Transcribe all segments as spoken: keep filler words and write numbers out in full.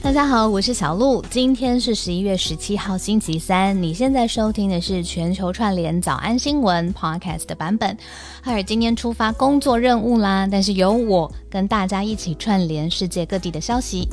大家好，我是小鹿，今天是十一月十七号星期三，你现在收听的是全球串联早安新闻 Podcast 的版本。海尔今天出发工作任务啦，但是由我跟大家一起串联世界各地的消息。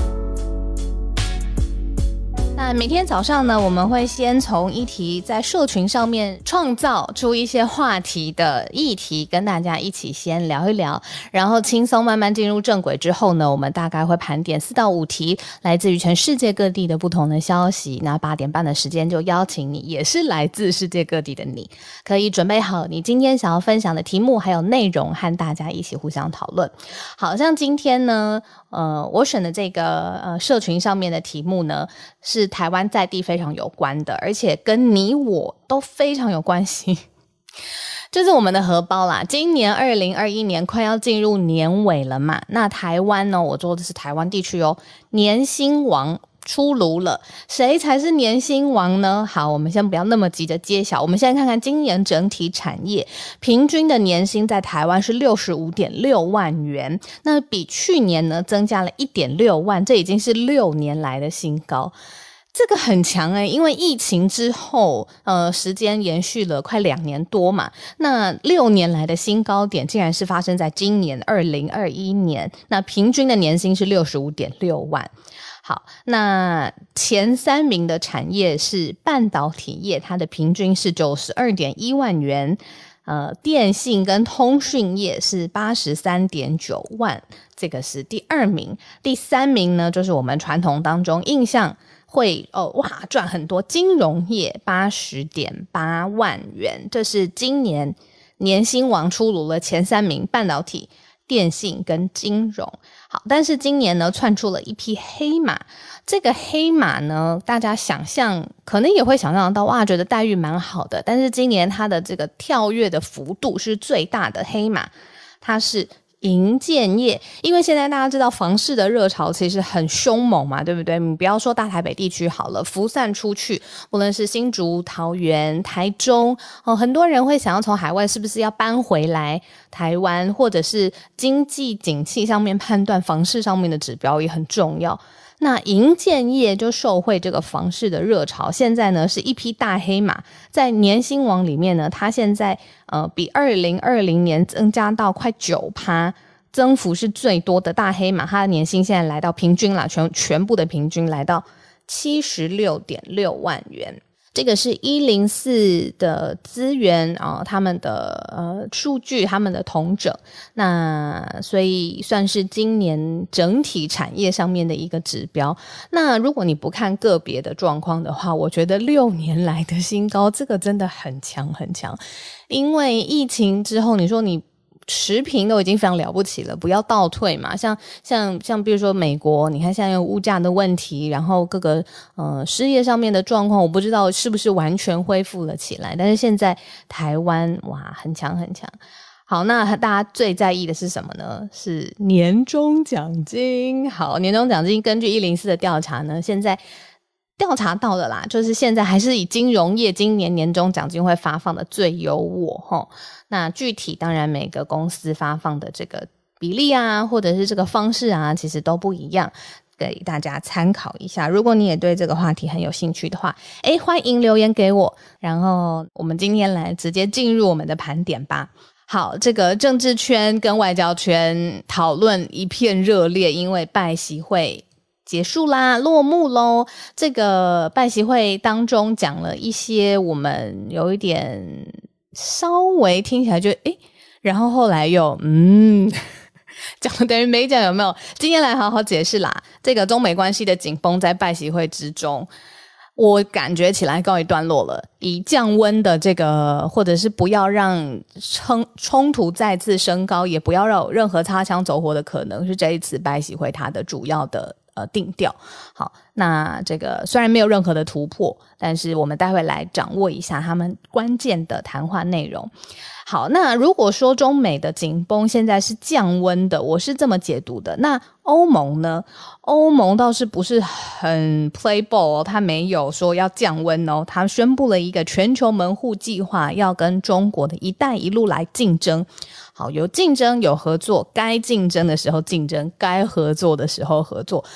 那每天早上呢，我们会先从议题在社群上面创造出一些话题的议题，跟大家一起先聊一聊，然后轻松慢慢进入正轨之后呢，我们大概会盘点四到五题来自于全世界各地的不同的消息。那八点半的时间就邀请你，也是来自世界各地的你，可以准备好你今天想要分享的题目还有内容，和大家一起互相讨论。好像今天呢呃，我选的这个呃社群上面的题目呢，是台湾在地非常有关的，而且跟你我都非常有关系。就是我们的荷包啦，今年二零二一年快要进入年尾了嘛，那台湾呢，我做的是台湾地区哦，年薪王出炉了，谁才是年薪王呢？好，我们先不要那么急着揭晓，我们现在看看今年整体产业平均的年薪在台湾是 六十五点六万元，那比去年呢增加了 一点六万，这已经是六年来的新高。这个很强欸，因为疫情之后呃，时间延续了快两年多嘛，那六年来的新高点竟然是发生在今年二零二一年，那平均的年薪是 六十五点六万。好，那前三名的产业是半导体业，它的平均是 九十二点一万元，呃，电信跟通讯业是 八十三点九万，这个是第二名。第三名呢，就是我们传统当中印象会哦哇赚很多，金融业 八十点八万元，这是今年年薪王出炉了前三名，半导体、电信跟金融。好，但是今年呢窜出了一匹黑马，这个黑马呢大家想象可能也会想象到，哇觉得待遇蛮好的，但是今年它的这个跳跃的幅度是最大的黑马，它是营建业。因为现在大家知道房市的热潮其实很凶猛嘛，对不对？你不要说大台北地区好了，辐散出去，无论是新竹、桃园、台中、哦、很多人会想要从海外是不是要搬回来台湾，或者是经济景气上面判断房市上面的指标也很重要。那营建业就受惠这个房市的热潮，现在呢是一匹大黑马，在年薪王里面呢，它现在呃比二零二零年增加到快 百分之九， 增幅是最多的大黑马，它的年薪现在来到平均啦，全全部的平均来到 七十六点六万元。这个是一零四的资源啊、哦，他们的呃数据，他们的统整，那所以算是今年整体产业上面的一个指标。那如果你不看个别的状况的话，我觉得六年来的新高，这个真的很强很强。因为疫情之后，你说你持平都已经非常了不起了，不要倒退嘛。像像像比如说美国，你看现在有物价的问题，然后各个呃失业上面的状况，我不知道是不是完全恢复了起来。但是现在台湾哇很强很强。好，那大家最在意的是什么呢？是年终奖金。好，年终奖金根据一零四的调查呢，现在调查到的啦，就是现在还是以金融业今年年终奖金会发放的最优渥齁。那具体当然每个公司发放的这个比例啊，或者是这个方式啊，其实都不一样，给大家参考一下。如果你也对这个话题很有兴趣的话，诶，欢迎留言给我，然后我们今天来直接进入我们的盘点吧。好，这个政治圈跟外交圈讨论一片热烈，因为拜习会结束啦，落幕咯。这个拜习会当中讲了一些我们有一点稍微听起来就诶，然后后来又嗯讲了等于没讲，有没有？今天来好好解释啦。这个中美关系的紧绷在拜习会之中，我感觉起来告一段落了，以降温的这个，或者是不要让冲冲突再次升高，也不要让有任何擦枪走火的可能，是这一次拜习会它的主要的呃定调。好，那这个虽然没有任何的突破，但是我们待会来掌握一下他们关键的谈话内容。好，那如果说中美的紧绷现在是降温的，我是这么解读的。那欧盟呢？欧盟倒是不是很 play ball 哦，他没有说要降温哦，他宣布了一个全球门户计划，要跟中国的一带一路来竞争。好，有竞争有合作，该竞争的时候竞争，该合作的时候合作。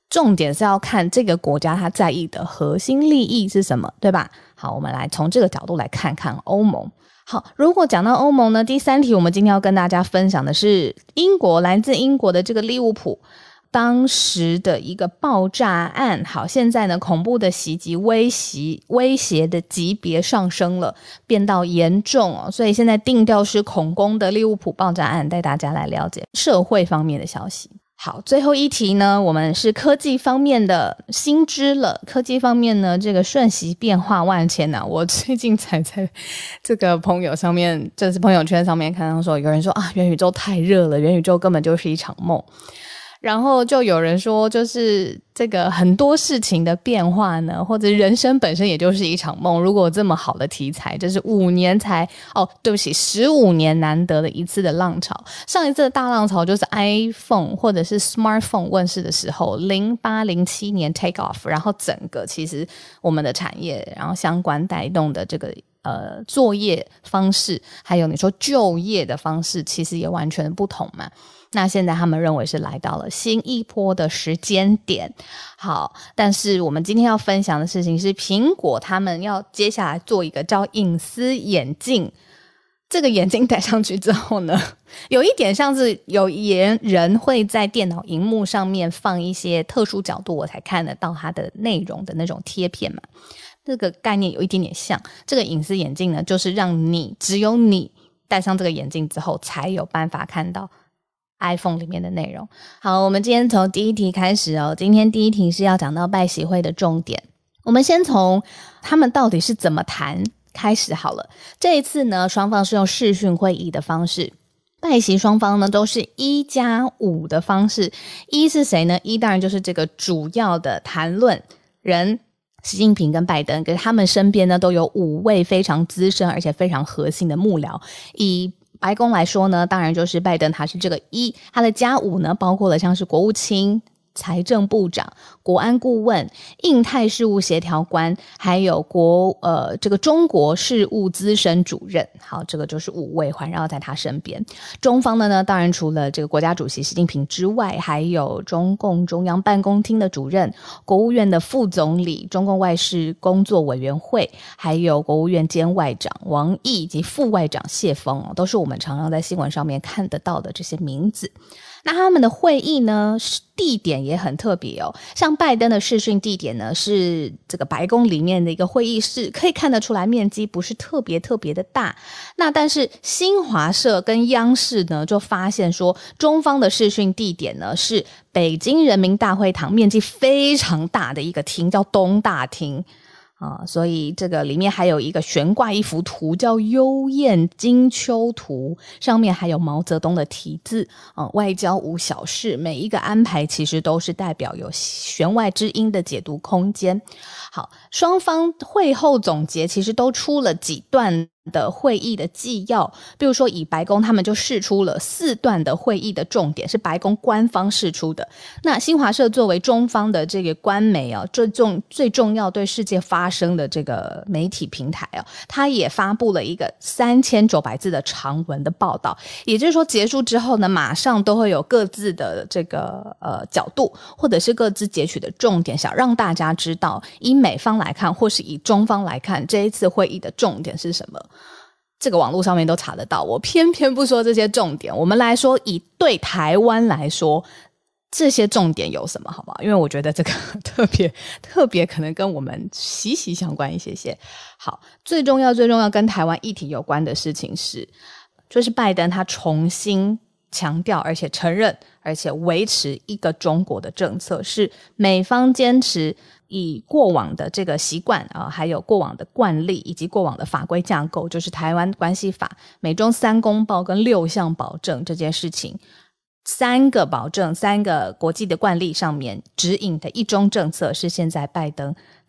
重点是要看这个国家它在意的核心利益是什么，对吧？好，我们来从这个角度来看看欧盟。好，如果讲到欧盟呢，第三题我们今天要跟大家分享的是英国，来自英国的这个利物浦当时的一个爆炸案。好，现在呢恐怖的袭击威胁威胁的级别上升了，变到严重哦，所以现在定调是恐攻的利物浦爆炸案，带大家来了解社会方面的消息。好，最后一题呢，我们是科技方面的新知了。科技方面呢，这个瞬息变化万千啊，我最近才在这个朋友上面，就是朋友圈上面看到说，有人说啊，元宇宙太热了，元宇宙根本就是一场梦。然后就有人说，就是这个很多事情的变化呢，或者人生本身也就是一场梦。如果有这么好的题材，这是五年才哦，对不起，十五年难得的一次的浪潮。上一次的大浪潮就是 iPhone 或者是 Smartphone 问世的时候，零八零七年 take off， 然后整个其实我们的产业，然后相关带动的这个呃作业方式，还有你说就业的方式，其实也完全不同嘛。那现在他们认为是来到了新一波的时间点。好，但是我们今天要分享的事情是苹果他们要接下来做一个叫隐私眼镜。这个眼镜戴上去之后呢，有一点像是有人会在电脑荧幕上面放一些特殊角度我才看得到它的内容的那种贴片嘛，这个概念有一点点像。这个隐私眼镜呢，就是让你只有你戴上这个眼镜之后才有办法看到iPhone 里面的内容。好，我们今天从第一题开始哦。今天第一题是要讲到拜习会的重点，我们先从他们到底是怎么谈开始好了。这一次呢，双方是用视讯会议的方式，拜习双方呢都是一加五的方式。一是谁呢？一当然就是这个主要的谈论人习近平跟拜登，可是他们身边呢都有五位非常资深而且非常核心的幕僚。以白宫来说呢，当然就是拜登他是这个一，他的加五呢包括了像是国务卿、财政部长、国安顾问、印太事务协调官，还有国呃这个中国事务资深主任。好，这个就是五位环绕在他身边。中方的呢，当然除了这个国家主席习近平之外，还有中共中央办公厅的主任、国务院的副总理、中共外事工作委员会，还有国务院兼外长王毅以及副外长谢锋、哦、都是我们常常在新闻上面看得到的这些名字。那他们的会议呢，地点也很特别哦。像拜登的视讯地点呢，是这个白宫里面的一个会议室，可以看得出来面积不是特别特别的大。那但是新华社跟央视呢，就发现说，中方的视讯地点呢是北京人民大会堂，面积非常大的一个厅，叫东大厅。啊，所以这个里面还有一个悬挂一幅图叫幽燕金秋图，上面还有毛泽东的题字啊，外交无小事，每一个安排其实都是代表有弦外之音的解读空间。好，双方会后总结其实都出了几段的会议的纪要，比如说以白宫他们就释出了四段的会议的重点，是白宫官方释出的。那新华社作为中方的这个官媒啊，最重最重要对世界发声的这个媒体平台啊，它也发布了一个三千九百字的长文的报道。也就是说结束之后呢，马上都会有各自的这个呃角度，或者是各自截取的重点，想让大家知道以美方来看或是以中方来看，这一次会议的重点是什么。这个网络上面都查得到，我偏偏不说这些重点。我们来说以对台湾来说，这些重点有什么好不好？因为我觉得这个特别特别可能跟我们息息相关一些些。好，最重要最重要跟台湾议题有关的事情是，就是拜登他重新强调而且承认而且维持一个中国的政策，是美方坚持以过往的这个习惯啊、呃，还有过往的惯例以及过往的法规架构，就是台湾关系法、美中三公报跟六项保证这件事情，三个保证三个国际的惯例上面指引的一中政策，是现在拜登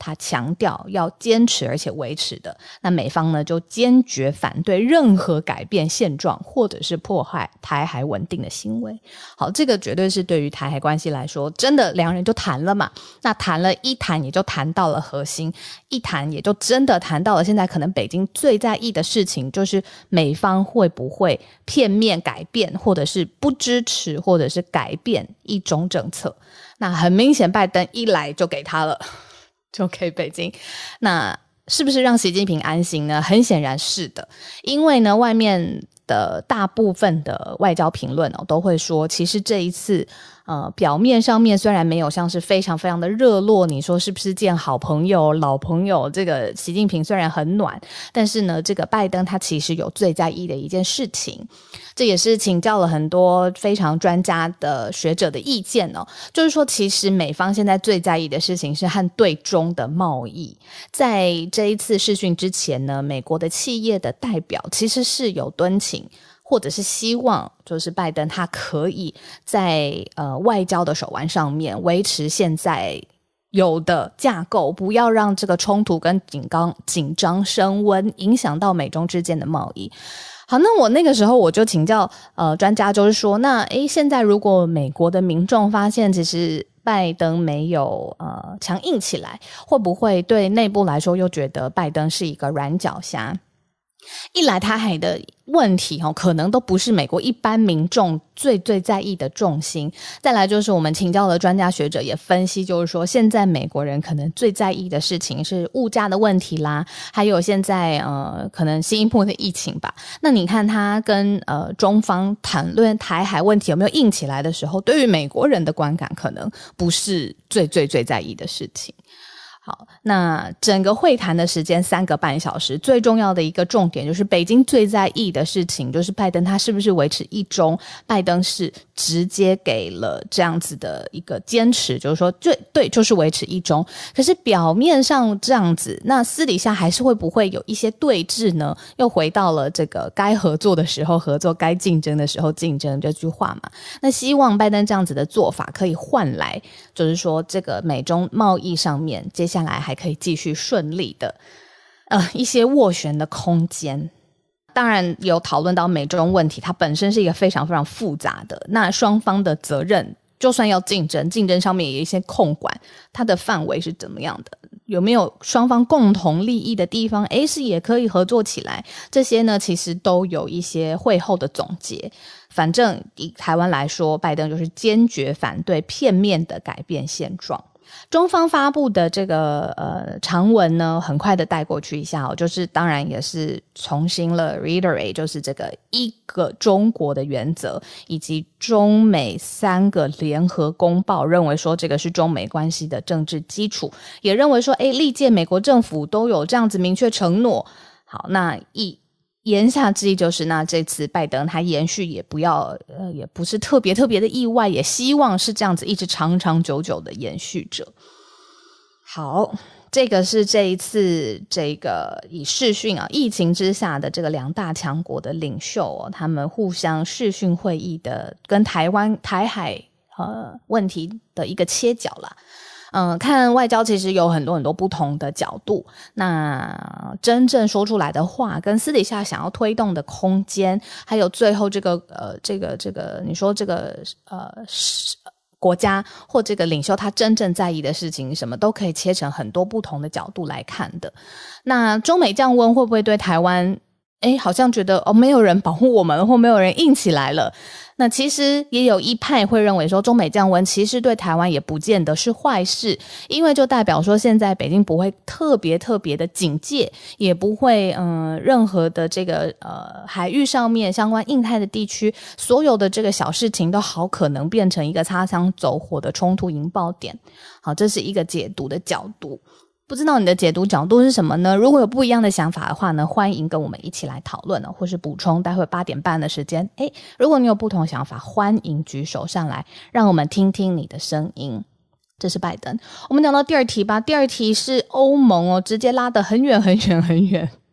他强调要坚持而且维持的，那美方呢就坚决反对任何改变现状或者是破坏台海稳定的行为。好，这个绝对是对于台海关系来说，真的两人就谈了嘛，那谈了一谈也就谈到了核心，一谈也就真的谈到了现在可能北京最在意的事情，就是美方会不会片面改变或者是不支持或者是改变一中政策。那很明显拜登一来就给他了，就给北京，那是不是让习近平安心呢？很显然是的，因为呢外面的大部分的外交评论哦，都会说其实这一次呃，表面上面虽然没有像是非常非常的热络，你说是不是见好朋友老朋友，这个习近平虽然很暖，但是呢这个拜登他其实有最在意的一件事情，这也是请教了很多非常专家的学者的意见哦，就是说其实美方现在最在意的事情是和对中的贸易。在这一次视讯之前呢，美国的企业的代表其实是有敦请或者是希望就是拜登他可以在呃外交的手腕上面维持现在有的架构，不要让这个冲突跟紧张紧张升温，影响到美中之间的贸易。好，那我那个时候我就请教呃专家，就是说那诶现在如果美国的民众发现其实拜登没有呃强硬起来，会不会对内部来说又觉得拜登是一个软脚虾？一来台海的问题、哦、可能都不是美国一般民众最最在意的重心，再来就是我们请教的专家学者也分析，就是说现在美国人可能最在意的事情是物价的问题啦，还有现在呃可能新一波的疫情吧。那你看他跟呃中方谈论台海问题有没有硬起来的时候，对于美国人的观感可能不是最最最在意的事情。好，那整个会谈的时间三个半小时，最重要的一个重点就是北京最在意的事情，就是拜登他是不是维持一中。拜登是直接给了这样子的一个坚持，就是说对对，就是维持一中。可是表面上这样子，那私底下还是会不会有一些对峙呢？又回到了这个该合作的时候合作，该竞争的时候竞争这句话嘛。那希望拜登这样子的做法可以换来，就是说这个美中贸易上面接下来还可以继续顺利的呃一些斡旋的空间。当然有讨论到美中问题，它本身是一个非常非常复杂的，那双方的责任就算要竞争，竞争上面也有一些控管，它的范围是怎么样的，有没有双方共同利益的地方，诶是也可以合作起来，这些呢其实都有一些会后的总结。反正以台湾来说，拜登就是坚决反对片面的改变现状。中方发布的这个呃长文呢，很快的带过去一下哦，就是当然也是重新了 reiterate， 就是这个一个中国的原则，以及中美三个联合公报，认为说这个是中美关系的政治基础，也认为说诶历届美国政府都有这样子明确承诺。好，那一言下之意就是，那这次拜登他延续也不要呃，也不是特别特别的意外，也希望是这样子一直长长久久的延续着。好，这个是这一次这个以视讯啊疫情之下的这个两大强国的领袖哦，他们互相视讯会议的跟台湾台海呃问题的一个切角啦。嗯，看外交其实有很多很多不同的角度，那真正说出来的话跟私底下想要推动的空间，还有最后这个呃这个这个你说这个呃国家或这个领袖他真正在意的事情什么，都可以切成很多不同的角度来看的。那中美降温会不会对台湾诶好像觉得哦没有人保护我们，或没有人硬起来了，那其实也有一派会认为说中美降温其实对台湾也不见得是坏事，因为就代表说现在北京不会特别特别的警戒，也不会嗯、呃、任何的这个呃海域上面相关印太的地区所有的这个小事情都好可能变成一个擦枪走火的冲突引爆点。好，这是一个解读的角度。不知道你的解读角度是什么呢？如果有不一样的想法的话呢，欢迎跟我们一起来讨论哦，或是补充待会八点半的时间。诶，如果你有不同想法，欢迎举手上来，让我们听听你的声音。这是拜登。我们讲到第二题吧，第二题是欧盟哦，直接拉得很远很远很远。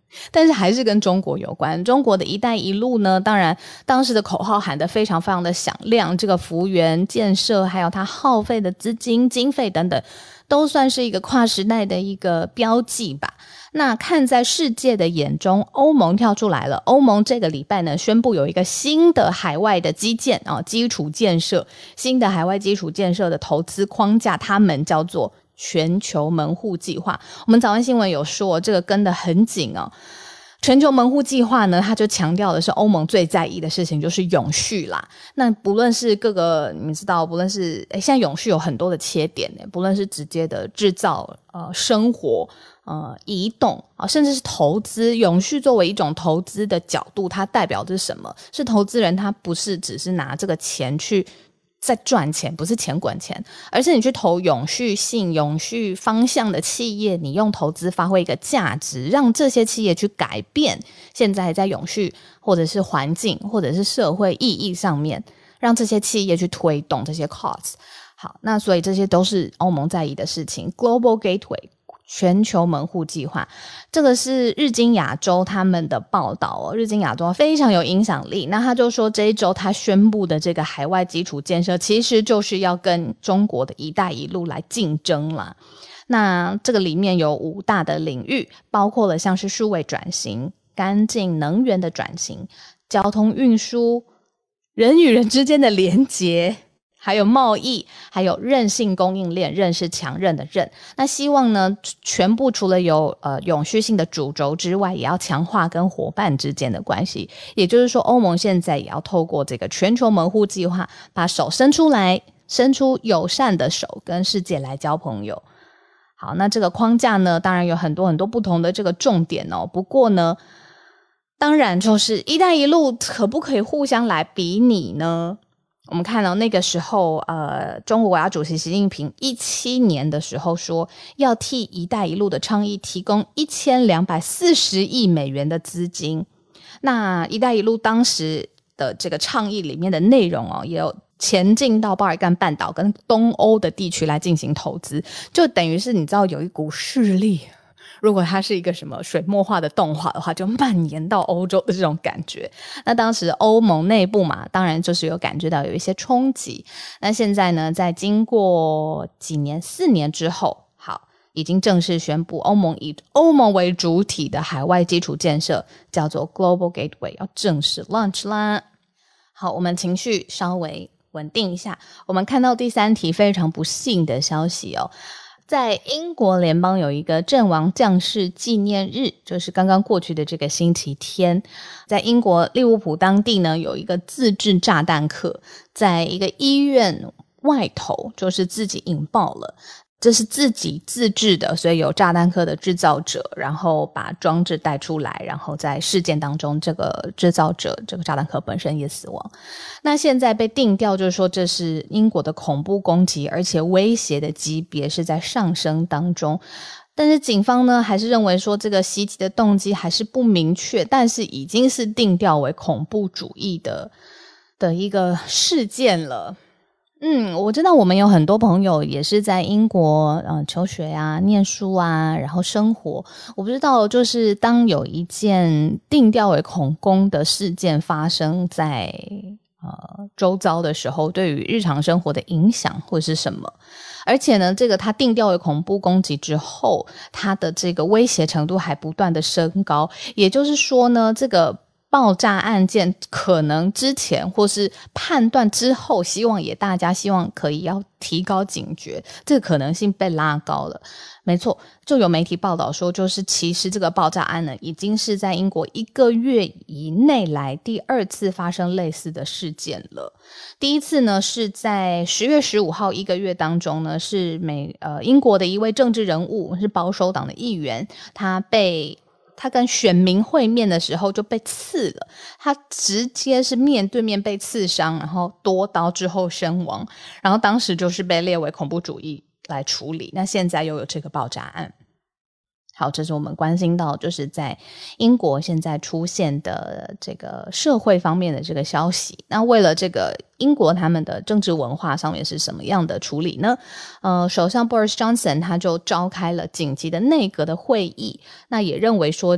但是还是跟中国有关。中国的一带一路呢，当然当时的口号喊得非常非常的响亮，这个幅员建设还有它耗费的资金经费等等，都算是一个跨时代的一个标记吧。那看在世界的眼中，欧盟跳出来了。欧盟这个礼拜呢，宣布有一个新的海外的基建啊，基础建设，新的海外基础建设的投资框架，他们叫做全球门户计划。我们早安新闻有说，这个跟得很紧哦。全球门户计划呢，它就强调的是欧盟最在意的事情就是永续啦。那不论是各个你知道，不论是诶现在永续有很多的切点呢，不论是直接的制造、呃生活、呃移动啊，甚至是投资。永续作为一种投资的角度，它代表的是什么？是投资人他不是只是拿这个钱去在赚钱，不是钱滚钱，而是你去投永续性、永续方向的企业，你用投资发挥一个价值，让这些企业去改变现在在永续或者是环境或者是社会意义上面，让这些企业去推动这些 cause。 好，那所以这些都是欧盟在意的事情。 Global Gateway 全球门户计划，这个是日经亚洲他们的报道哦。日经亚洲非常有影响力，那他就说这一周他宣布的这个海外基础建设，其实就是要跟中国的一带一路来竞争啦。那这个里面有五大的领域，包括了像是数位转型、干净能源的转型、交通运输、人与人之间的连结，还有贸易，还有韧性供应链，韧是强韧的韧。那希望呢，全部除了有呃永续性的主轴之外，也要强化跟伙伴之间的关系。也就是说，欧盟现在也要透过这个全球门户计划，把手伸出来，伸出友善的手，跟世界来交朋友。好，那这个框架呢，当然有很多很多不同的这个重点哦。不过呢，当然就是一带一路可不可以互相来比拟呢？我们看到那个时候呃，中国国家主席习近平一七年的时候说要替一带一路的倡议提供一千两百四十亿美元的资金。那一带一路当时的这个倡议里面的内容哦，也有前进到巴尔干半岛跟东欧的地区来进行投资，就等于是你知道有一股势力，如果它是一个什么水墨画的动画的话，就蔓延到欧洲的这种感觉。那当时欧盟内部嘛，当然就是有感觉到有一些冲击。那现在呢，在经过几年四年之后，好，已经正式宣布欧盟以欧盟为主体的海外基础建设叫做 Global Gateway 要正式 launch 啦。好，我们情绪稍微稳定一下，我们看到第三题非常不幸的消息哦。在英国联邦有一个阵亡将士纪念日，就是刚刚过去的这个星期天，在英国利物浦当地呢，有一个自制炸弹客在一个医院外头就是自己引爆了。这是自己自制的，所以有炸弹客的制造者，然后把装置带出来，然后在事件当中这个制造者这个炸弹客本身也死亡。那现在被定调就是说这是英国的恐怖攻击，而且威胁的级别是在上升当中。但是警方呢还是认为说这个袭击的动机还是不明确，但是已经是定调为恐怖主义的的一个事件了。嗯，我知道我们有很多朋友也是在英国呃求学啊、念书啊，然后生活。我不知道，就是当有一件定调为恐攻的事件发生在呃周遭的时候，对于日常生活的影响会是什么？而且呢，这个它定调为恐怖攻击之后，它的这个威胁程度还不断的升高。也就是说呢，这个爆炸案件可能之前或是判断之后，希望也大家希望可以要提高警觉，这个可能性被拉高了。没错，就有媒体报道说，就是其实这个爆炸案呢，已经是在英国一个月以内来第二次发生类似的事件了。第一次呢是在十月十五号一个月当中呢，是美呃英国的一位政治人物，是保守党的议员，他被他跟选民会面的时候就被刺了，他直接是面对面被刺伤，然后多刀之后身亡，然后当时就是被列为恐怖主义来处理。那现在又有这个爆炸案。好，这是我们关心到就是在英国现在出现的这个社会方面的这个消息。那为了这个英国他们的政治文化上面是什么样的处理呢？呃，首相 Boris Johnson 他就召开了紧急的内阁的会议，那也认为说这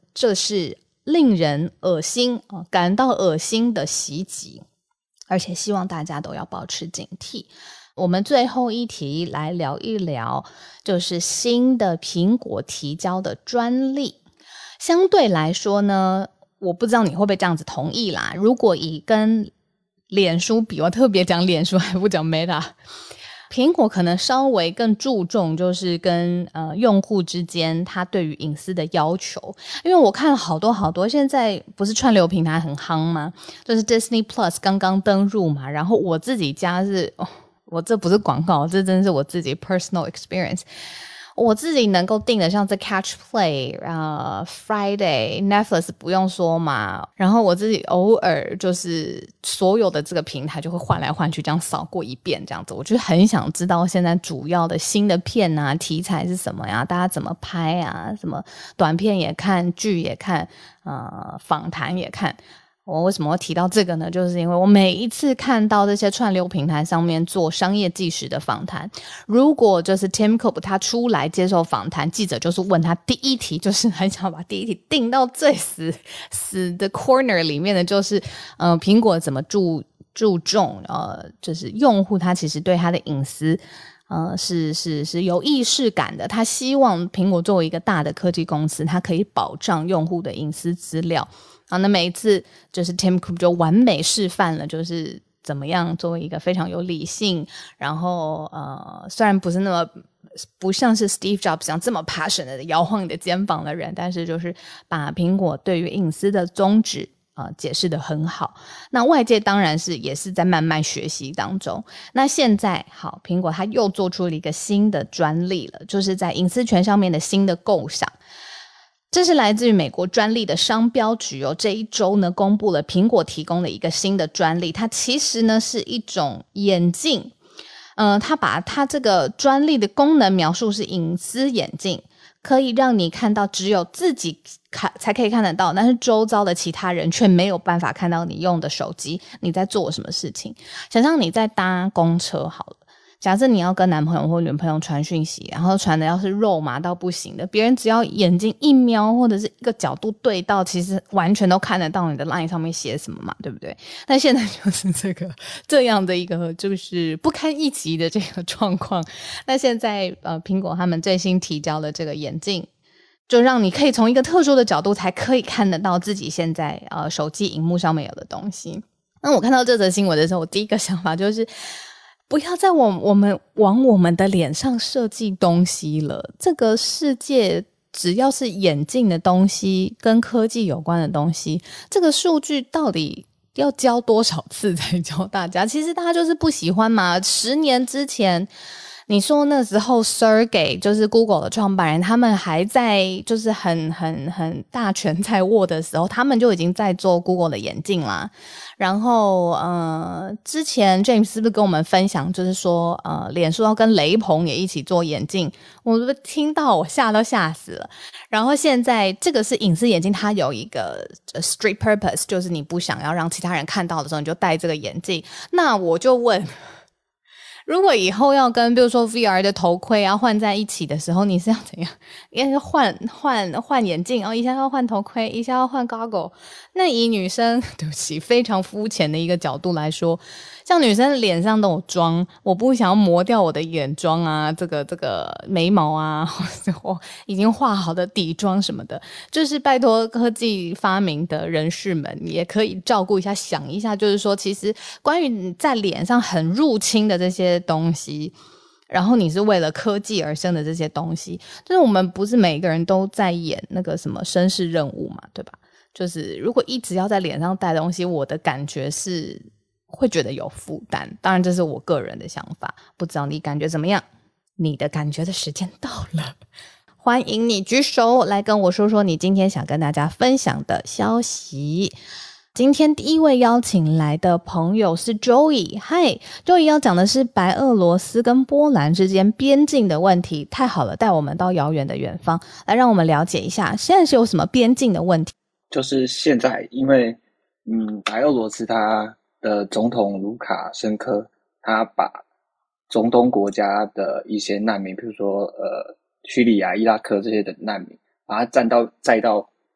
这是令人恶心、呃、感到恶心的袭击，而且希望大家都要保持警惕。我们最后一题来聊一聊，就是新的苹果提交的专利。相对来说呢，我不知道你会不会这样子同意啦，如果以跟脸书比，我特别讲脸书还不讲 Meta， 苹果可能稍微更注重就是跟呃用户之间他对于隐私的要求。因为我看了好多好多，现在不是串流平台很夯吗？就是 Disney Plus 刚刚登入嘛，然后我自己家是、哦、我这不是广告，这真是我自己 personal experience。我自己能够订的像这 Catch Play、呃 Friday、Netflix 不用说嘛，然后我自己偶尔就是所有的这个平台就会换来换去，这样扫过一遍这样子，我就很想知道现在主要的新的片啊题材是什么呀，大家怎么拍啊，什么短片也看，剧也看，呃访谈也看。我为什么会提到这个呢？就是因为我每一次看到这些串流平台上面做商业纪实的访谈，如果就是 Tim Cook 他出来接受访谈，记者就是问他第一题，就是很想把第一题定到最死死的 corner 里面的，就是呃苹果怎么注注重呃就是用户他其实对他的隐私呃，是是是有意识感的，他希望苹果作为一个大的科技公司，它可以保障用户的隐私资料。好，那每一次就是 Tim Cook 就完美示范了，就是怎么样作为一个非常有理性，然后呃，虽然不是那么不像是 Steve Jobs 这样这么 passionate 的摇晃你的肩膀的人，但是就是把苹果对于隐私的宗旨呃，解释得很好。那外界当然是也是在慢慢学习当中。那现在好，苹果它又做出了一个新的专利了，就是在隐私权上面的新的构想。这是来自于美国专利的商标局哦，这一周呢公布了苹果提供的一个新的专利，它其实呢是一种眼镜，呃，它把它这个专利的功能描述是隐私眼镜，可以让你看到只有自己看才可以看得到，但是周遭的其他人却没有办法看到你用的手机你在做什么事情。想象你在搭公车好了，假设你要跟男朋友或女朋友传讯息，然后传的要是肉麻到不行的，别人只要眼睛一瞄或者是一个角度对到，其实完全都看得到你的 line 上面写什么嘛，对不对？但现在就是这个这样的一个就是不堪一击的这个状况。那现在呃，苹果他们最新提交的这个眼镜，就让你可以从一个特殊的角度才可以看得到自己现在呃手机荧幕上面有的东西。那我看到这则新闻的时候，我第一个想法就是不要再往我们往我们的脸上设计东西了。这个世界只要是眼镜的东西跟科技有关的东西，这个数据到底要教多少次才教大家？其实大家就是不喜欢嘛。十年之前你说那时候 Sergey 就是 Google 的创办人，他们还在就是很很很大权在握的时候，他们就已经在做 Google 的眼镜啦。然后呃，之前 James 是不是跟我们分享，就是说呃，脸书要跟雷朋也一起做眼镜，我听到我吓都吓死了。然后现在这个是隐私眼镜，它有一个 street purpose， 就是你不想要让其他人看到的时候，你就戴这个眼镜。那我就问，如果以后要跟比如说 V R 的头盔要换在一起的时候，你是要怎样？要换换换眼镜，哦，一下要换头盔，一下要换 goggle。那以女生对不起非常肤浅的一个角度来说，像女生脸上都有妆，我不想要磨掉我的眼妆啊，这个这个眉毛啊，或者我已经画好的底妆什么的，就是拜托科技发明的人士们也可以照顾一下，想一下，就是说其实关于在脸上很入侵的这些东西，然后你是为了科技而生的这些东西，就是我们不是每个人都在演那个什么绅士任务嘛，对吧？就是如果一直要在脸上带东西，我的感觉是会觉得有负担。当然这是我个人的想法，不知道你感觉怎么样？你的感觉的时间到了，欢迎你举手来跟我说说你今天想跟大家分享的消息。今天第一位邀请来的朋友是 Joey。 嗨 Joey 要讲的是白俄罗斯跟波兰之间边境的问题。太好了，带我们到遥远的远方来，让我们了解一下现在是有什么边境的问题。 就是现在因为嗯，白俄罗斯他的总统卢卡申科他把中东国家的一些难民，比如说呃叙利亚、伊拉克这些的难民，把他载到载到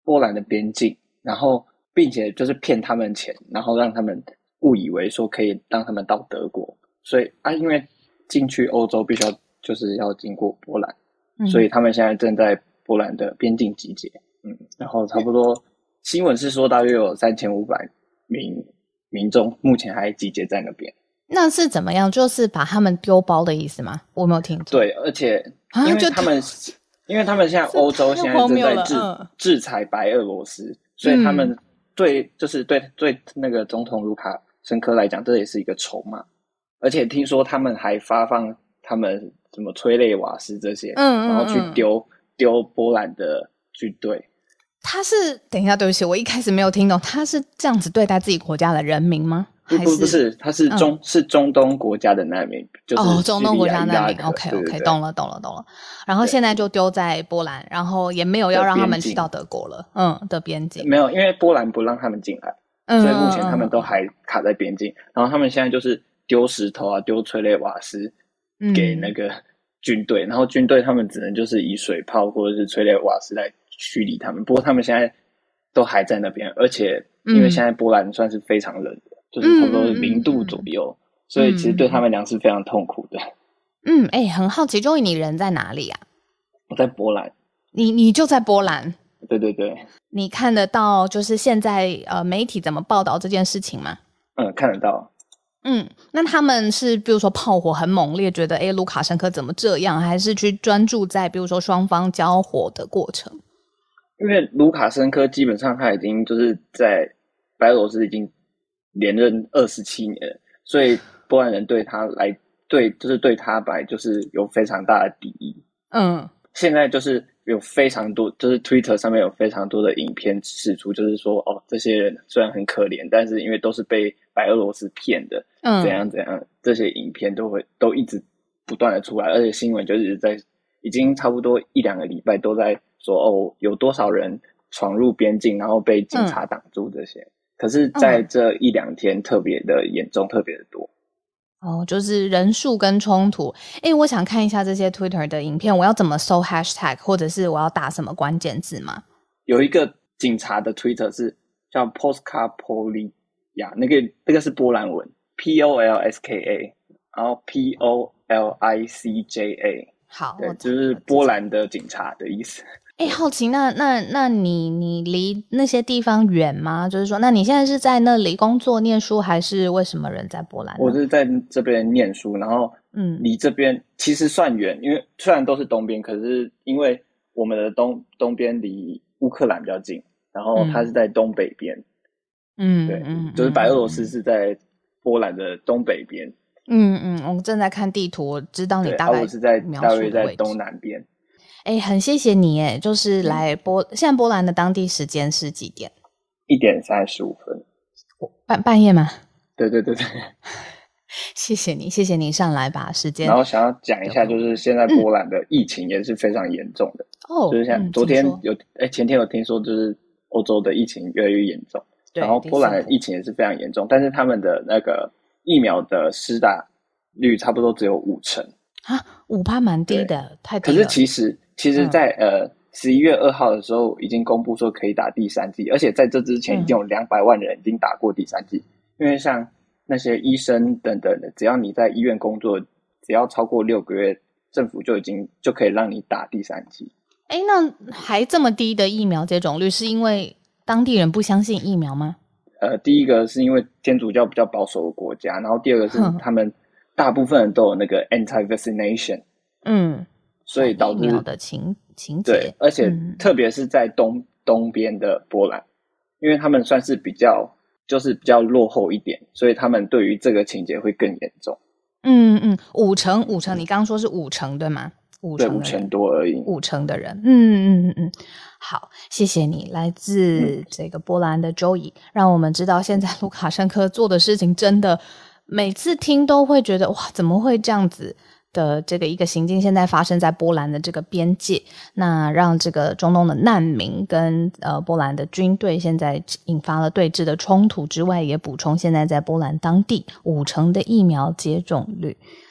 波兰的边境，然后并且就是骗他们钱，然后让他们误以为说可以让他们到德国，所以啊，因为进去欧洲必须要就是要经过波兰，嗯、所以他们现在正在波兰的边境集结，嗯，然后差不多新闻是说大约有三千五百名民众目前还集结在那边。 那是怎么样？就是把他们丢包的意思吗？我没有听错。 对，而且因为他们、啊、因为他们现在欧洲现在正在制、嗯、制裁白俄罗斯，所以他们对、嗯、就是对对那个总统卢卡申科来讲，这也是一个筹码。而且听说他们还发放他们什么催泪瓦斯这些，嗯嗯嗯然后去丢丢波兰的军队。 他是等一下，对不起，我一开始没有听懂，他是这样子对待自己国家的人民吗？ 不不不是，他是中、嗯、是中东国家的难民，就是哦，中东国家难民 ，OK OK， 对对对懂了懂了懂了。然后现在就丢在波兰，然后也没有要让他们去到德国了，嗯的边境没有，因为波兰不让他们进来，嗯、所以目前他们都还卡在边境。嗯、然后他们现在就是丢石头啊，丢催泪瓦斯给那个军队，嗯、然后军队他们只能就是以水炮或者是催泪瓦斯来驱离他们。不过他们现在都还在那边，而且因为现在波兰算是非常冷的。就是差不多零度左右、嗯嗯嗯、所以其实对他们俩是非常痛苦的。 嗯，哎、欸，很好奇Joey你人在哪里啊？ 我在波兰。 你你就在波兰？ 对对对。 你看得到就是现在呃媒体怎么报道这件事情吗？ 嗯，看得到。 嗯，那他们是比如说炮火很猛烈，觉得哎卢卡申科怎么这样，还是去专注在比如说双方交火的过程？ 因为卢卡申科基本上他已经就是在白俄罗斯已经连任二十七年了，所以波兰人对他来对就是对他本来就是有非常大的敌意。嗯，现在就是有非常多，就是 Twitter 上面有非常多的影片释出，就是说哦，这些人虽然很可怜，但是因为都是被白俄罗斯骗的，嗯，怎样怎样，这些影片都会都一直不断的出来，而且新闻就一直在，已经差不多一两个礼拜都在说哦，有多少人闯入边境，然后被警察挡住这些。嗯可是在这一两天特别的严重、嗯、特别的多哦，就是人数跟冲突。诶，我想看一下这些 Twitter 的影片，我要怎么搜 hashtag 或者是我要打什么关键字吗？ 有一个警察的 Twitter 是叫 Polska Policja， 那个那个是波兰文 P O L S K A， 然后 P O L I C J A， 好， 对，就是波兰的警察的意思。 哎，好奇，那那那你你离那些地方远吗？就是说，那你现在是在那里工作、念书，还是为什么人在波兰呢？ 我是在这边念书，然后嗯，离这边其实算远，因为虽然都是东边，可是因为我们的东东边离乌克兰比较近，然后它是在东北边，嗯，对，嗯，就是白俄罗斯是在波兰的东北边。 嗯嗯，我正在看地图，我知道你大概我是在大约在东南边。 哎，很谢谢你哎，就是来波、嗯、现在波兰的当地时间是几点？ 一点三十五分。 半半夜吗？ 对对对对。 谢谢你，谢谢你上来把时间。 然后想要讲一下，就是现在波兰的疫情也是非常严重的。哦、嗯，就是像昨天有哎、嗯、前天有听说，就是欧洲的疫情越来越严重，然后波兰的疫情也是非常严重，但是他们的那个疫苗的施打率差不多只有五成。 啊，五趴蛮低的，太低了。 可是其实。其实在、嗯、呃十一月二号的时候已经公布说可以打第三剂，而且在这之前已经有两百万人已经打过第三剂、嗯、因为像那些医生等等的，只要你在医院工作只要超过六个月，政府就已经就可以让你打第三剂。 诶，那还这么低的疫苗接种率是因为当地人不相信疫苗吗？ 呃第一个是因为天主教比较保守的国家，然后第二个是他们大部分人都有那个 anti-vaccination， 嗯，所以导致疫苗的情情节， 对，而且特别是在东、嗯、东边的波兰，因为他们算是比较就是比较落后一点，所以他们对于这个情节会更严重。 嗯嗯，五成五成，你刚刚说是五成对吗？五成对，五成多而已。 五成的人，嗯嗯嗯，好，谢谢你，来自这个波兰的 Joey，、嗯、让我们知道现在卢卡申科做的事情真的，每次听都会觉得哇，怎么会这样子？的这个一个行径现在发生在波兰的这个边界，那让这个中东的难民跟呃波兰的军队现在引发了对峙的冲突之外，也补充现在在波兰当地五成的疫苗接种率。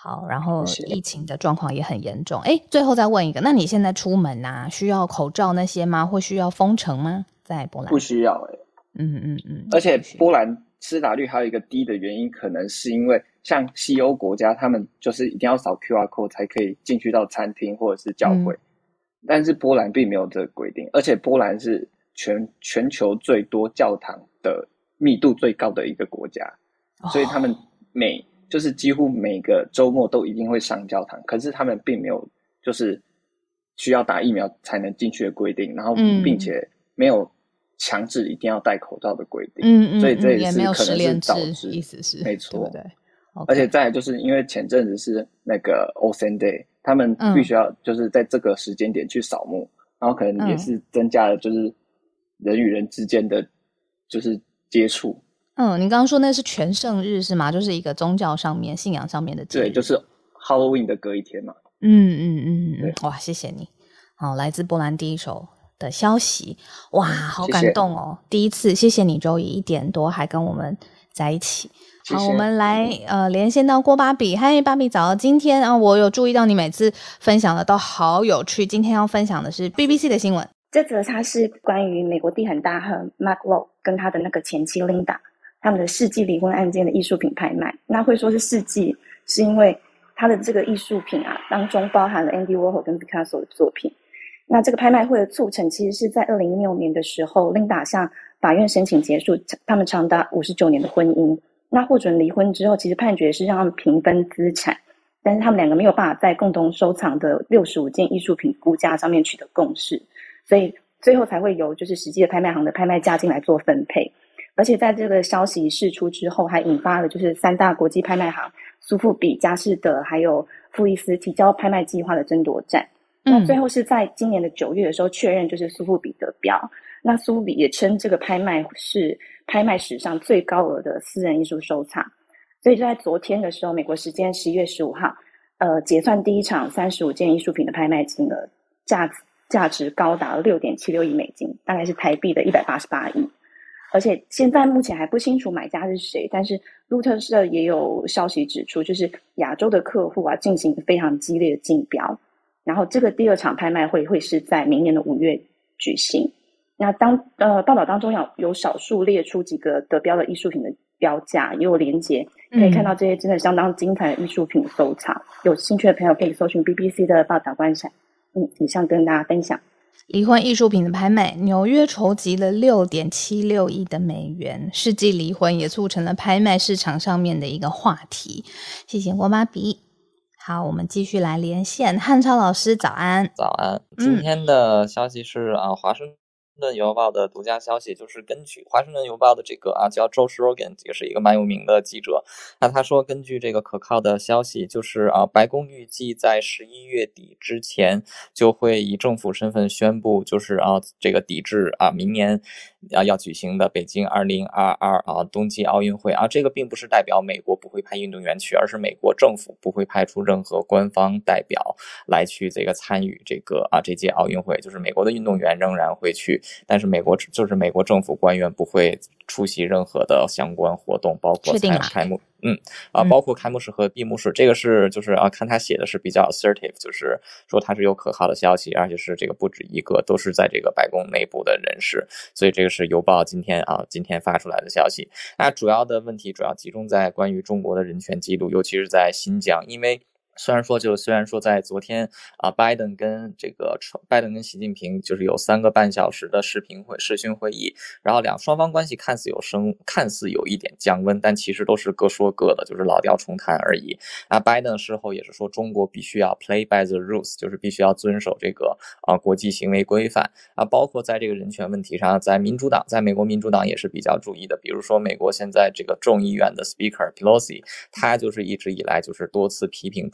好，然后疫情的状况也很严重。哎，最后再问一个，那你现在出门啊，需要口罩那些吗？会需要封城吗？在波兰不需要哎、欸。 嗯嗯嗯。 而且波兰施打率还有一个低的原因，可能是因为像西欧国家，他们就是一定要扫 Q R code 才可以进去到餐厅或者是教会，嗯、但是波兰并没有这个规定，而且波兰是全全球最多教堂的密度最高的一个国家，哦、所以他们每就是几乎每个周末都一定会上教堂，可是他们并没有就是需要打疫苗才能进去的规定，然后并且没有强制一定要戴口罩的规定， 嗯嗯， 所以这也是可能是导致， 意思是没错， 对不对？ Okay. 而且再来就是因为前阵子是那个 Ocean Day， 他们必须要就是在这个时间点去扫墓，嗯、然后可能也是增加了就是人与人之间的就是接触。 嗯，你刚刚说那是全圣日是吗？就是一个宗教上面、信仰上面的节日。 对，就是 Halloween 的隔一天嘛。 嗯嗯嗯嗯，哇，谢谢你。好，来自波兰第一手的消息，哇，好感动哦！谢谢第一次，谢谢你周一一点多还跟我们在一起。好， 谢谢。 我们来呃连线到郭芭比。嗨，芭比早！今天啊，我有注意到你每次分享的都好有趣。今天要分享的是 B B C 的新闻。 这则它是关于美国地产大亨 Mark Lowe 跟他的那个前妻 Linda 他们的世纪离婚案件的艺术品拍卖。那会说是世纪，是因为他的这个艺术品啊当中包含了 Andy Warhol 跟 Picasso 的作品。那这个拍卖会的促成其实是在二零一六年的时候 Linda 向法院申请结束他们长达五十九年的婚姻。那获准离婚之后，其实判决是让他们平分资产，但是他们两个没有办法在共同收藏的六十五件艺术品估价上面取得共识，所以最后才会由就是实际的拍卖行的拍卖价金来做分配。而且在这个消息释出之后，还引发了就是三大国际拍卖行苏富比、佳士得还有富艺斯提交拍卖计划的争夺战。那最后是在今年的九月的时候确认就是苏富比得标。那苏富比也称这个拍卖是拍卖史上最高额的私人艺术收藏。所以就在昨天的时候，美国时间十一月十五号呃，结算第一场三十五件艺术品的拍卖金额，价价值高达 六点七六亿美金，大概是台币的一百八十八亿。而且现在目前还不清楚买家是谁，但是路透社也有消息指出，就是亚洲的客户啊进行非常激烈的竞标。然后这个第二场拍卖会会是在明年的五月举行。那当呃报道当中有有少数列出几个得标的艺术品的标价，也有连结，可以看到这些真的相当精彩的艺术品收藏。嗯、有兴趣的朋友可以搜寻 B B C 的报道观赏。嗯，以上跟大家分享。 离婚艺术品的拍卖，纽约筹集了 六点七六亿的美元，世纪离婚也促成了拍卖市场上面的一个话题。谢谢郭芭比。好，我们继续来连线，汉超老师早安。 早安，今天的消息是、嗯、啊，华盛顿邮报的独家消息，就是根据华盛顿邮报的这个啊叫 Joe Rogan， 也是一个蛮有名的记者。那他说，根据这个可靠的消息，就是啊，白宫预计在十一月底之前就会以政府身份宣布，就是啊这个抵制啊明年啊要举行的北京二零二二啊冬季奥运会啊。这个并不是代表美国不会派运动员去，而是美国政府不会派出任何官方代表来去这个参与这个啊这届奥运会，就是美国的运动员仍然会去。但是美国就是美国政府官员不会出席任何的相关活动，包括开开幕，嗯啊，包括开幕式和闭幕式。这个是就是啊，看他写的是比较 assertive， 就是说他是有可靠的消息，而且是这个不止一个，都是在这个白宫内部的人士。所以这个是邮报今天啊今天发出来的消息。那主要的问题主要集中在关于中国的人权记录，尤其是在新疆，因为。虽然说，就虽然说，在昨天啊，拜登跟这个拜登跟习近平就是有三个半小时的视频会视讯会议，然后两双方关系看似有升，看似有一点降温，但其实都是各说各的，就是老调重弹而已。啊，拜登事后也是说，中国必须要 play by the rules， 就是必须要遵守这个啊国际行为规范啊，包括在这个人权问题上，在民主党，在美国民主党也是比较注意的，比如说美国现在这个众议院的 Speaker Pelosi， 他就是一直以来就是多次批评中。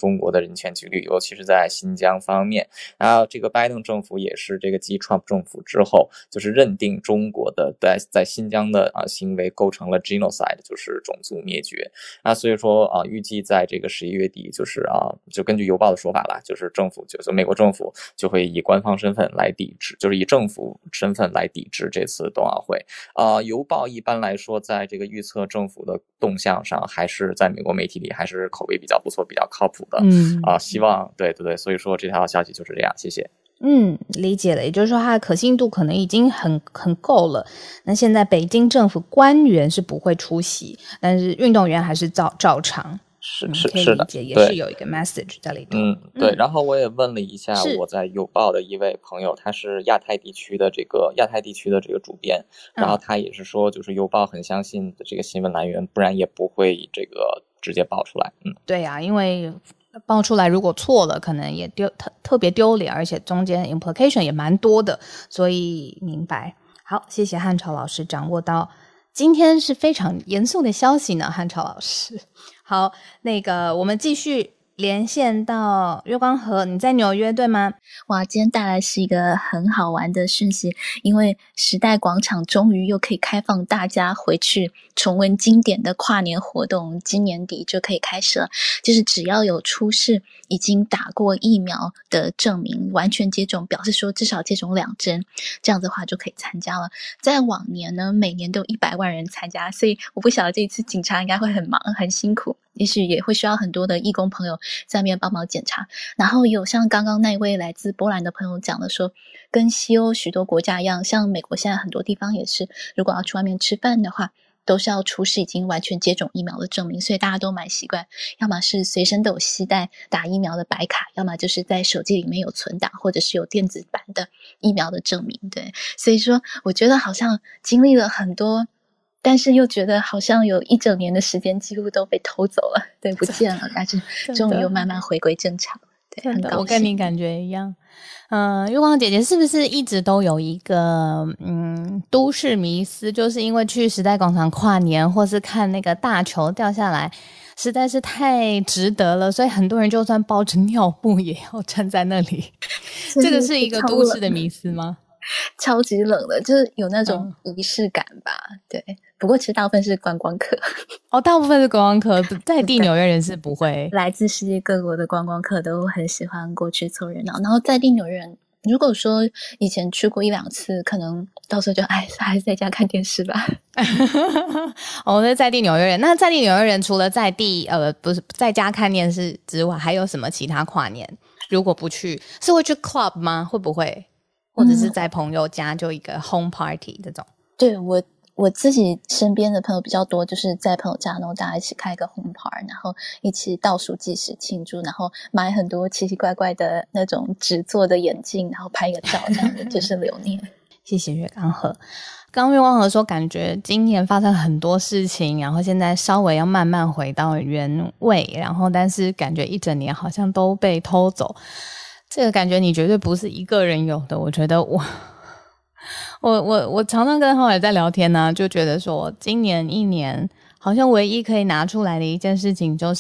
中国的人权纪律，尤其是在新疆方面。然后这个拜登政府也是这个继 Trump 政府之后，就是认定中国的在在新疆的啊行为构成了 genocide， 就是种族灭绝。那所以说啊，预计在这个十一月底，就是啊，就根据邮报的说法啦，就是政府就是美国政府就会以官方身份来抵制，就是以政府身份来抵制这次冬奥会。啊，邮报一般来说在这个预测政府的动向上，还是在美国媒体里还是口碑比较不错、比较靠谱的。嗯啊，希望对对对，所以说这条消息就是这样，谢谢。 嗯，理解了，也就是说它的可信度可能已经很很够了。那现在北京政府官员是不会出席，但是运动员还是照照常。 是嗯、 是是的， 也是有一个 message 在里头。 嗯，对。然后我也问了一下我在邮报的一位朋友，他是亚太地区的这个亚太地区的这个主编，然后他也是说，就是邮报很相信这个新闻来源，不然也不会这个直接爆出来。嗯， 对啊，因为爆出来如果错了，可能也丢特特别丢脸，而且中间 implication 也蛮多的，所以明白。好，谢谢汉朝老师掌握到今天是非常严肃的消息呢，汉朝老师。好，那个我们继续连线到月光河，你在纽约对吗？ 哇，今天带来是一个很好玩的讯息，因为时代广场终于又可以开放大家回去重温经典的跨年活动，今年底就可以开始了。就是只要有出示已经打过疫苗的证明，完全接种，表示说至少接种两针，这样子的话就可以参加了。在往年呢，每年都有一百万人参加，所以我不晓得这一次警察应该会很忙很辛苦，也许也会需要很多的义工朋友在那边帮忙检查。然后有像刚刚那位来自波兰的朋友讲的说，跟西欧许多国家一样，像美国现在很多地方也是，如果要去外面吃饭的话，都是要出示已经完全接种疫苗的证明，所以大家都蛮习惯，要么是随身都有携带打疫苗的白卡，要么就是在手机里面有存档，或者是有电子版的疫苗的证明。对，所以说我觉得好像经历了很多，但是又觉得好像有一整年的时间几乎都被偷走了，对，不见了，但是终于又慢慢回归正常。对，很高兴。 我跟你感觉一样。嗯、呃，月光姐姐是不是一直都有一个嗯都市迷思，就是因为去时代广场跨年或是看那个大球掉下来实在是太值得了，所以很多人就算包着尿布也要站在那里。这个是一个都市的迷思吗？ 超级冷的，就是有那种仪式感吧、嗯、对，不过其实大部分是观光客。 哦，大部分是观光客，在地纽约人是不会。来自世界各国的观光客都很喜欢过去凑热闹，然后在地纽约人如果说以前去过一两次，可能到时候就哎还是在家看电视吧。 哦，那在地纽约人，那在地纽约人除了在地呃不是在家看电视之外，还有什么其他跨年？如果不去，是会去 club 吗？会不会？或者是在朋友家就一个 home party 这种？ 嗯、对，我我自己身边的朋友比较多，就是在朋友家，然后大家一起开一个 home party， 然后一起倒数计时庆祝，然后买很多奇奇怪怪的那种纸做的眼镜，然后拍一个照，这样的就是留念。 谢谢月光河。刚刚月光河说，感觉今年发生很多事情，然后现在稍微要慢慢回到原位，然后但是感觉一整年好像都被偷走。这个感觉你绝对不是一个人有的，我觉得我我我我常常跟浩尔在聊天呢、啊，就觉得说今年一年好像唯一可以拿出来的一件事情就是，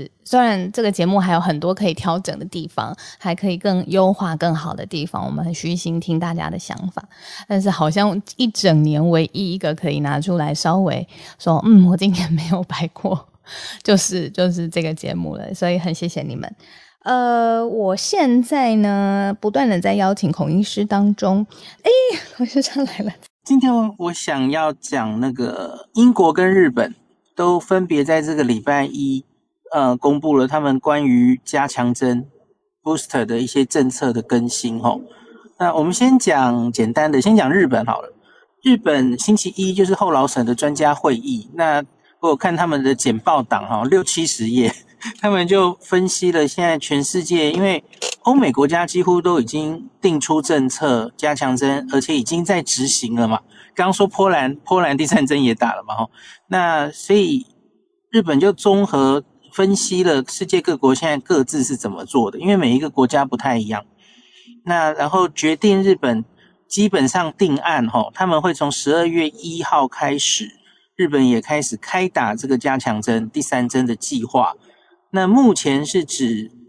虽然这个节目还有很多可以调整的地方，还可以更优化更好的地方，我们很虚心听大家的想法，但是好像一整年唯一一个可以拿出来稍微说嗯我今年没有白过，就是就是这个节目了，所以很谢谢你们。呃，我现在呢，不断的在邀请孔医师当中，哎，孔医师上来了。 今天我想要讲那个英国跟日本都分别在这个礼拜一，呃，公布了他们关于加强针 booster 的一些政策的更新齁。那我们先讲简单的，先讲日本好了。日本星期一就是后劳省的专家会议，那我有看他们的简报档齁，六七十页。他们就分析了现在全世界，因为欧美国家几乎都已经定出政策加强针，而且已经在执行了嘛。刚刚说波兰，波兰第三针也打了嘛，齁。那所以日本就综合分析了世界各国现在各自是怎么做的，因为每一个国家不太一样。那然后决定日本基本上定案齁，他们会从十二月一号开始，日本也开始开打这个加强针第三针的计划。那目前是指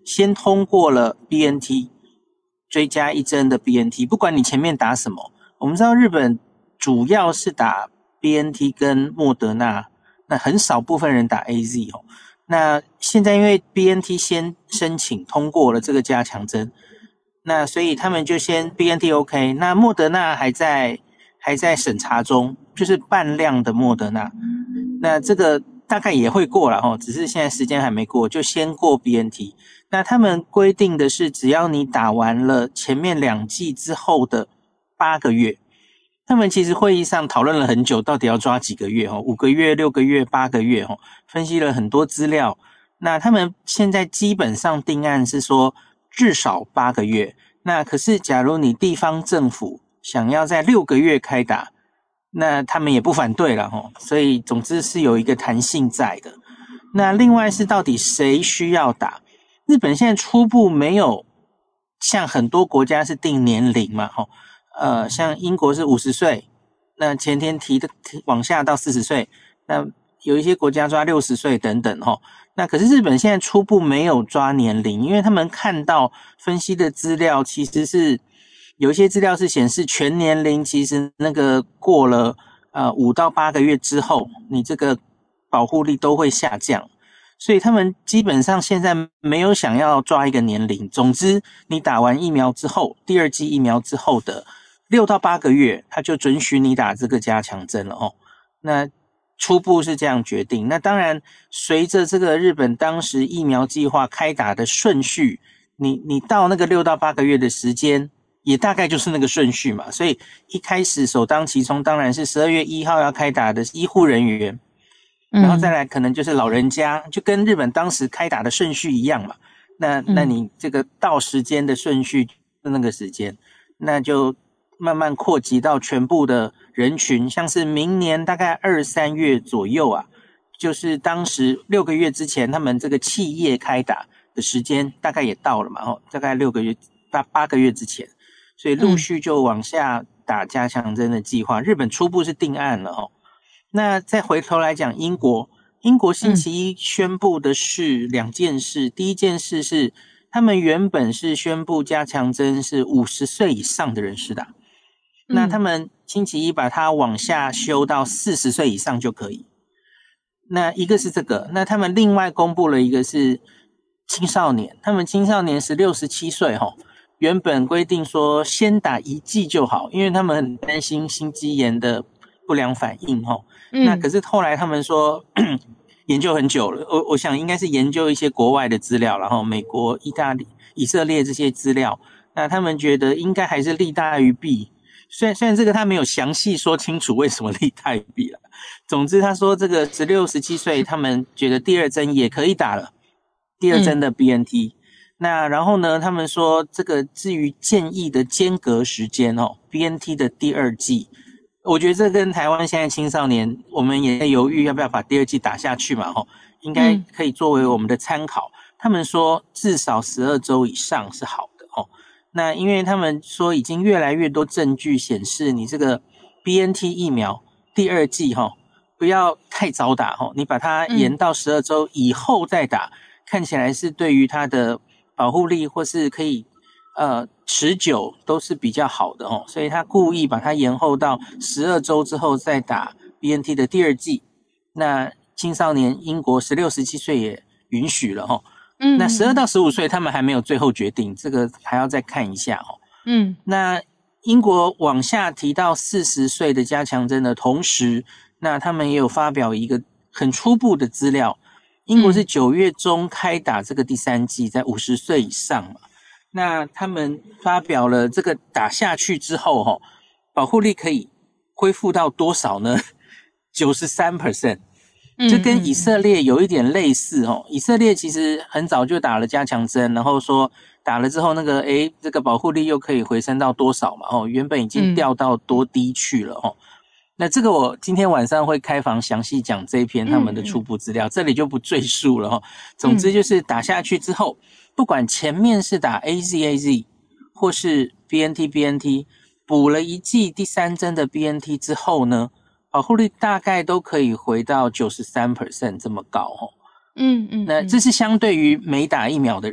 先通过了 B N T 追加一针的 B N T， 不管你前面打什么，我们知道日本主要是打 B N T 跟莫德纳，那很少部分人打 A Z 哦。那现在因为 B N T 先申请通过了这个加强针，那所以他们就先 B N T OK， 那莫德纳还在还在审查中，就是半量的莫德纳，那这个大概也会过了齁，只是现在时间还没过，就先过 B N T。那他们规定的是，只要你打完了前面两剂之后的八个月，他们其实会议上讨论了很久，到底要抓几个月齁，五个月、六个月、八个月齁，分析了很多资料。那他们现在基本上定案是说至少八个月。那可是假如你地方政府想要在六个月开打，那他们也不反对了齁，所以总之是有一个弹性在的。那另外是到底谁需要打？日本现在初步没有像很多国家是定年龄嘛齁，呃，像英国是五十岁，那前天提的往下到四十岁，那有一些国家抓六十岁等等齁。那可是日本现在初步没有抓年龄，因为他们看到分析的资料其实是有一些资料是显示全年龄其实那个过了呃五到八个月之后，你这个保护力都会下降，所以他们基本上现在没有想要抓一个年龄。总之你打完疫苗之后，第二剂疫苗之后的六到八个月，他就准许你打这个加强针了哦。那初步是这样决定。那当然随着这个日本当时疫苗计划开打的顺序，你你到那个六到八个月的时间也大概就是那个顺序嘛，所以一开始首当其冲当然是十二月一号要开打的医护人员，然后再来可能就是老人家，就跟日本当时开打的顺序一样嘛。那那你这个到时间的顺序是那个时间，那就慢慢扩及到全部的人群，像是明年大概二三月左右啊，就是当时六个月之前他们这个企业开打的时间大概也到了嘛，哦，大概六个月八八个月之前，所以陆续就往下打加强针的计划。日本初步是定案了哦。那再回头来讲英国，英国星期一宣布的是两件事，嗯、第一件事是他们原本是宣布加强针是五十岁以上的人施打，嗯、那他们星期一把它往下修到四十岁以上就可以。那一个是这个，那他们另外公布了一个是青少年，他们青少年十六、十七岁齁，原本规定说先打一剂就好，因为他们很担心心肌炎的不良反应齁。嗯、那可是后来他们说研究很久了，我我想应该是研究一些国外的资料，然后美国、意大利、以色列这些资料，那他们觉得应该还是利大于弊。虽然虽然这个他没有详细说清楚为什么利大于弊了，总之他说这个十六、十七岁他们觉得第二针也可以打了，第二针的 B N T。嗯、那然后呢，他们说这个至于建议的间隔时间哦 ，B N T 的第二剂。我觉得这跟台湾现在青少年，我们也在犹豫要不要把第二剂打下去嘛，吼，应该可以作为我们的参考。嗯、他们说至少十二周以上是好的，吼。那因为他们说已经越来越多证据显示，你这个 B N T 疫苗第二剂，吼，不要太早打，吼，你把它延到十二周以后再打，嗯、看起来是对于它的保护力或是可以。呃，持久都是比较好的哦，所以他故意把它延后到十二周之后再打 B N T 的第二剂。那青少年英国十六、十七岁也允许了哦。嗯，那十二到十五岁他们还没有最后决定，这个还要再看一下哦。嗯，那英国往下提到四十岁的加强针的同时，那他们也有发表一个很初步的资料，英国是九月中开打这个第三剂，在五十岁以上嘛。那他们发表了这个打下去之后齁，保护力可以恢复到多少呢？ 百分之九十三， 这跟以色列有一点类似齁。以色列其实很早就打了加强针，然后说打了之后那个诶这个保护力又可以回升到多少嘛，齁，原本已经掉到多低去了齁。那这个我今天晚上会开房详细讲这一篇他们的初步资料，这里就不赘述了齁。总之就是打下去之后，不管前面是打 A Z A Z 或是 B N T B N T， 补了一剂第三针的 B N T 之后呢，保护力大概都可以回到 百分之九十三 这么高齁。嗯嗯，那这是相对于没打疫苗的人。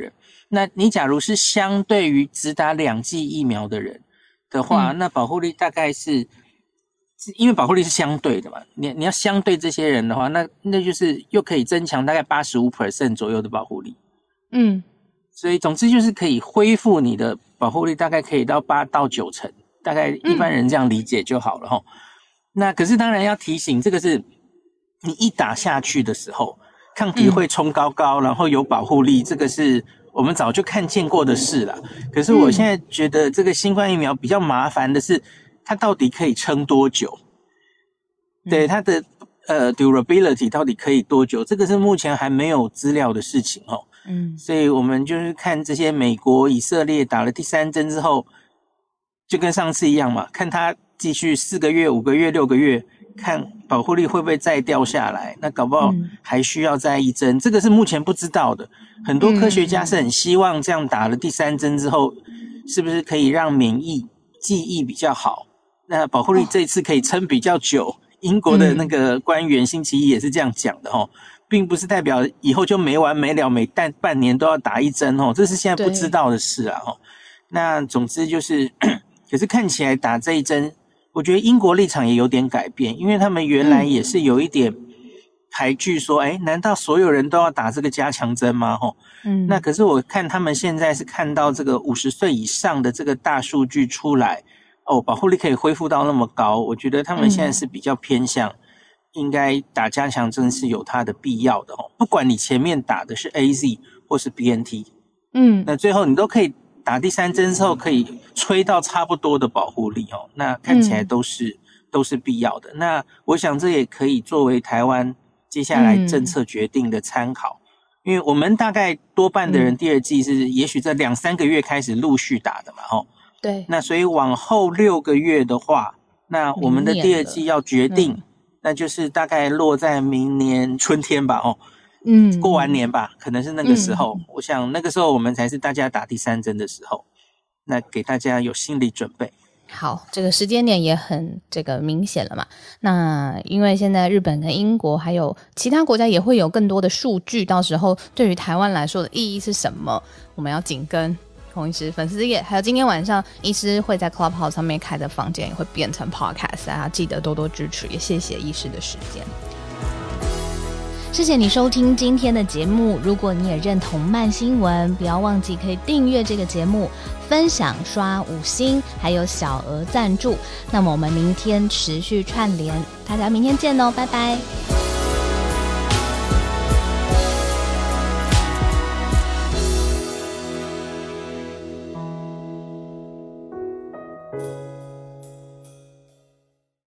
那你假如是相对于只打两剂疫苗的人的话，嗯、那保护力大概是，因为保护力是相对的嘛，你你要相对这些人的话，那那就是又可以增强大概 百分之八十五 左右的保护力。嗯，所以总之就是可以恢复你的保护力，大概可以到八到九成，大概一般人这样理解就好了齁。嗯、那可是当然要提醒，这个是你一打下去的时候，抗体会冲高高，嗯、然后有保护力，这个是我们早就看见过的事了。可是我现在觉得这个新冠疫苗比较麻烦的是，它到底可以撑多久？嗯、对它的呃 durability 到底可以多久？这个是目前还没有资料的事情齁。嗯，所以我们就是看这些美国、以色列打了第三针之后，就跟上次一样嘛，看它继续四个月、五个月、六个月，看保护力会不会再掉下来。那搞不好还需要再一针，嗯、这个是目前不知道的。很多科学家是很希望这样打了第三针之后，是不是可以让免疫记忆比较好？那保护力这一次可以撑比较久。哦、英国的那个官员星期一也是这样讲的齁。并不是代表以后就没完没了，每半半年都要打一针哦，这是现在不知道的事啊哦。那总之就是，可是看起来打这一针，我觉得英国立场也有点改变，因为他们原来也是有一点排拒说，哎、嗯，难道所有人都要打这个加强针吗？哦，嗯，那可是我看他们现在是看到这个五十岁以上的这个大数据出来，哦，保护力可以恢复到那么高，我觉得他们现在是比较偏向。应该打加强针是有它的必要的哦，不管你前面打的是 A Z 或是 B N T， 嗯，那最后你都可以打第三针之后可以吹到差不多的保护力哦，那看起来都是、嗯、都是必要的。那我想这也可以作为台湾接下来政策决定的参考，嗯、因为我们大概多半的人第二剂是也许在两三个月开始陆续打的嘛，哦， 对， 那所以往后六个月的话，那我们的第二剂要决定。那就是大概落在明年春天吧，哦，嗯，过完年吧，可能是那个时候。嗯、我想那个时候我们才是大家打第三针的时候，那给大家有心理准备。 好，这个时间点也很这个明显了嘛。那因为现在日本跟英国还有其他国家也会有更多的数据，到时候对于台湾来说的意义是什么，我们要紧跟。孔医师粉丝页，还有今天晚上医师会在 Clubhouse 上面开的房间也会变成 Podcast， 大家记得多多支持，也谢谢医师的时间。谢谢你收听今天的节目，如果你也认同慢新闻，不要忘记可以订阅这个节目，分享、刷五星，还有小额赞助。那么我们明天持续串联，大家明天见哦，拜拜。